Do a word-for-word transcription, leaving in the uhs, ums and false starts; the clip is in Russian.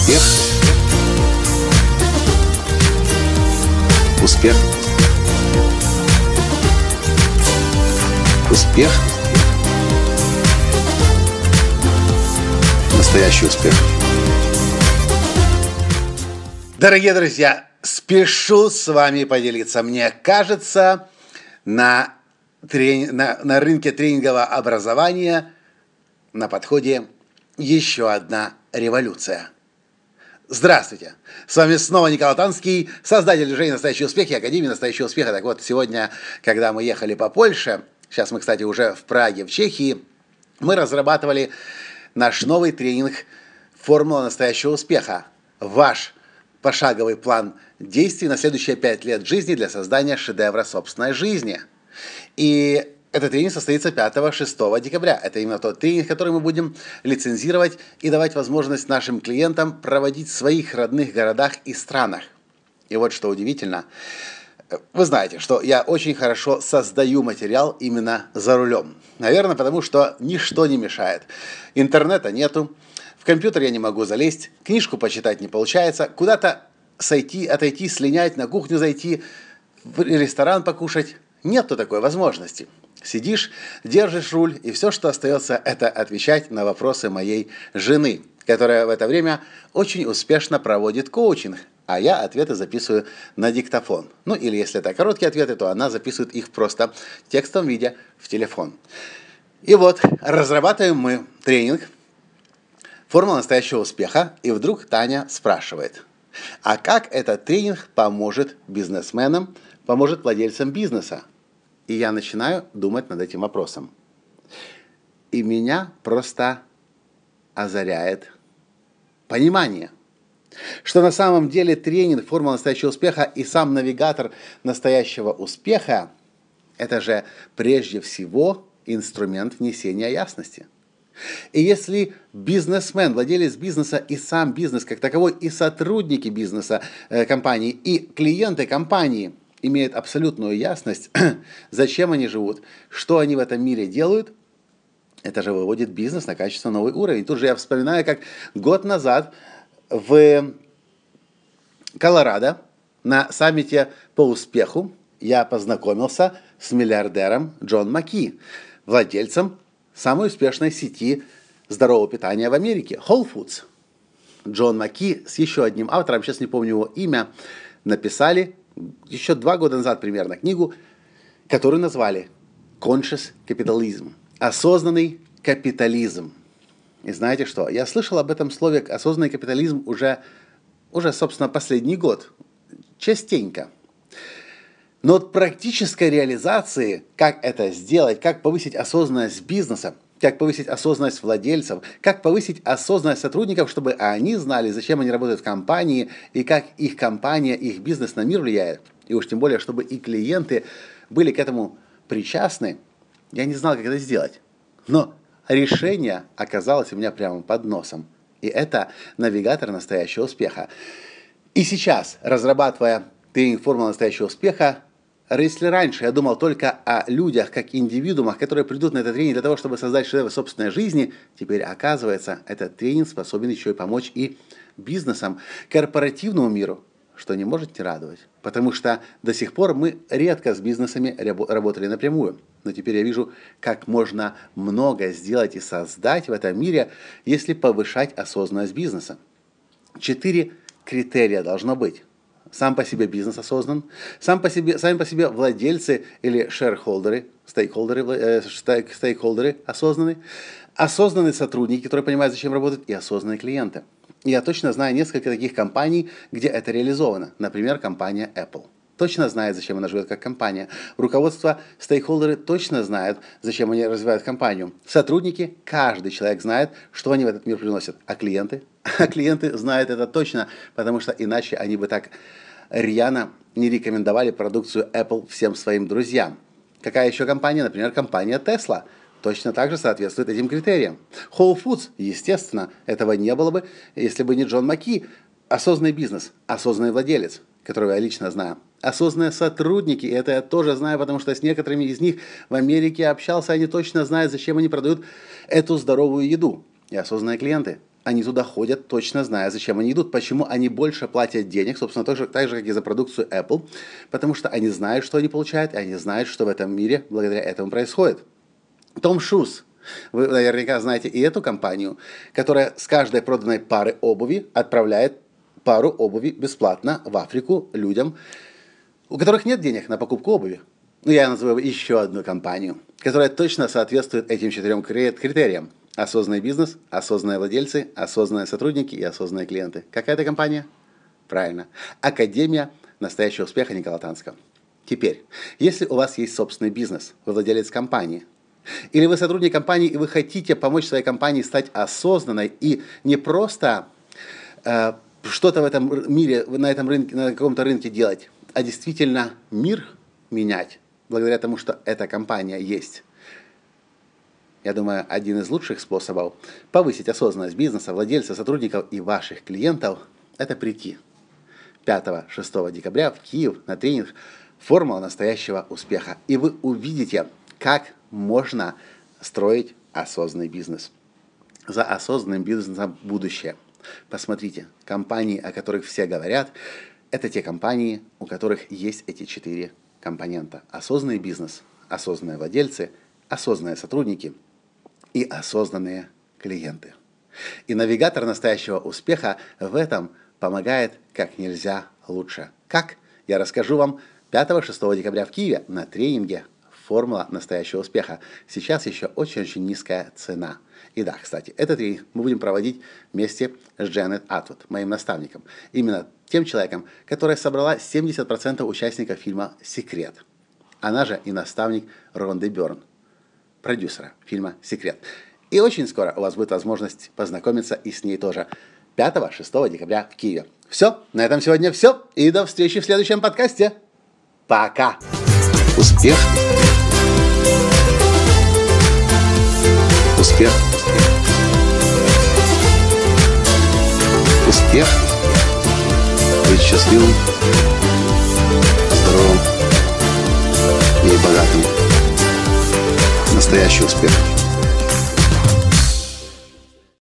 Успех. Успех. Успех. Настоящий успех. Дорогие друзья, спешу с вами поделиться. Мне кажется, на, трени... на, на рынке тренингового образования на подходе еще одна революция. Здравствуйте! С вами снова Николай Танский, создатель движения «Настоящий успех» и Академии «Настоящего успеха». Так вот, сегодня, когда мы ехали по Польше, сейчас мы, кстати, уже в Праге, в Чехии, мы разрабатывали наш новый тренинг «Формула настоящего успеха». Ваш пошаговый план действий на следующие пять лет жизни для создания шедевра собственной жизни. И этот тренинг состоится пятого-шестого декабря. Это именно тот тренинг, который мы будем лицензировать и давать возможность нашим клиентам проводить в своих родных городах и странах. И вот что удивительно. Вы знаете, что я очень хорошо создаю материал именно за рулем. Наверное, потому что ничто не мешает. Интернета нету, в компьютер я не могу залезть, книжку почитать не получается, куда-то сойти, отойти, слинять, на кухню зайти, в ресторан покушать. Нету такой возможности. Сидишь, держишь руль, и все, что остается, это отвечать на вопросы моей жены, которая в это время очень успешно проводит коучинг, а я ответы записываю на диктофон. Ну, или если это короткие ответы, то она записывает их просто в текстовом виде в телефон. И вот, разрабатываем мы тренинг «Формула настоящего успеха», и вдруг Таня спрашивает, а как этот тренинг поможет бизнесменам, поможет владельцам бизнеса? И я начинаю думать над этим вопросом. И меня просто озаряет понимание, что на самом деле тренинг «Формула настоящего успеха» и сам навигатор настоящего успеха – это же прежде всего инструмент внесения ясности. И если бизнесмен, владелец бизнеса и сам бизнес как таковой, и сотрудники бизнеса э, компании, и клиенты компании – имеют абсолютную ясность, зачем они живут, что они в этом мире делают, это же выводит бизнес на качественно новый уровень. Тут же я вспоминаю, как год назад в Колорадо на саммите по успеху я познакомился с миллиардером Джон Маки, владельцем самой успешной сети здорового питания в Америке, Whole Foods. Джон Маки с еще одним автором, сейчас не помню его имя, написали еще два года назад примерно книгу, которую назвали «Conscious Capitalism» – «Осознанный капитализм». И знаете что? Я слышал об этом слове «осознанный капитализм» уже, уже, собственно, последний год. Частенько. Но от практической реализации, как это сделать, как повысить осознанность бизнеса, как повысить осознанность владельцев, как повысить осознанность сотрудников, чтобы они знали, зачем они работают в компании, и как их компания, их бизнес на мир влияет. И уж тем более, чтобы и клиенты были к этому причастны, я не знал, как это сделать. Но решение оказалось у меня прямо под носом. И это навигатор настоящего успеха. И сейчас, разрабатывая тренинг «Формула настоящего успеха», если раньше я думал только о людях, как индивидуумах, которые придут на этот тренинг для того, чтобы создать шедевр собственной жизни, теперь оказывается, этот тренинг способен еще и помочь и бизнесам, корпоративному миру, что не может не радовать. Потому что до сих пор мы редко с бизнесами работали напрямую. Но теперь я вижу, как можно много сделать и создать в этом мире, если повышать осознанность бизнеса. Четыре критерия должно быть. Сам по себе бизнес осознан, сам по себе, сами по себе владельцы или шерхолдеры, стейкхолдеры, э, стейкхолдеры осознаны, осознанные сотрудники, которые понимают, зачем работают, и осознанные клиенты. И я точно знаю несколько таких компаний, где это реализовано. Например, компания Apple. Точно знает, зачем она живет как компания. Руководство, стейкхолдеры точно знают, зачем они развивают компанию. Сотрудники, каждый человек знает, что они в этот мир приносят. А клиенты? А клиенты знают это точно, потому что иначе они бы так рьяно не рекомендовали продукцию Apple всем своим друзьям. Какая еще компания? Например, компания Tesla. Точно так же соответствует этим критериям. Whole Foods, естественно, этого не было бы, если бы не Джон Маки. Осознанный бизнес, осознанный владелец, которого я лично знаю. Осознанные сотрудники, и это я тоже знаю, потому что с некоторыми из них в Америке общался, они точно знают, зачем они продают эту здоровую еду. И осознанные клиенты. они туда ходят, точно зная, зачем они идут, почему они больше платят денег, собственно, так же, так же, как и за продукцию Apple, потому что они знают, что они получают, и они знают, что в этом мире благодаря этому происходит. Tom Shoes. Вы наверняка знаете и эту компанию, которая с каждой проданной пары обуви отправляет пару обуви бесплатно в Африку людям, у которых нет денег на покупку обуви. Ну, я назову еще одну компанию, которая точно соответствует этим четырем критериям. Осознанный бизнес, осознанные владельцы, осознанные сотрудники и осознанные клиенты. Какая это компания? Правильно. Академия настоящего успеха Никола Танского. Теперь, если у вас есть собственный бизнес, вы владелец компании, или вы сотрудник компании, и вы хотите помочь своей компании стать осознанной и не просто э, что-то в этом мире, на этом рынке, на каком-то рынке делать, а действительно мир менять, благодаря тому, что эта компания есть. Я думаю, один из лучших способов повысить осознанность бизнеса, владельцев, сотрудников и ваших клиентов – это прийти пятого-шестого декабря в Киев на тренинг «Формула настоящего успеха». И вы увидите, как можно строить осознанный бизнес. За осознанным бизнесом будущее. Посмотрите, компании, о которых все говорят, это те компании, у которых есть эти четыре компонента. Осознанный бизнес, осознанные владельцы, осознанные сотрудники и осознанные клиенты. И навигатор настоящего успеха в этом помогает как нельзя лучше. Как? Я расскажу вам пятого-шестого декабря в Киеве на тренинге «Формула настоящего успеха». Сейчас еще очень-очень низкая цена. И да, кстати, этот тренинг мы будем проводить вместе с Дженет Атвуд, моим наставником. Именно тем человеком, которая собрала семьдесят процентов участников фильма «Секрет». Она же и наставник Ронды Бёрн, продюсера фильма «Секрет». И очень скоро у вас будет возможность познакомиться и с ней тоже. пятого-шестого декабря в Киеве. Все, на этом сегодня все. И до встречи в следующем подкасте. Пока. Успех. Успех. Успех. Быть счастливым, здоровым и богатым. Настоящий успех.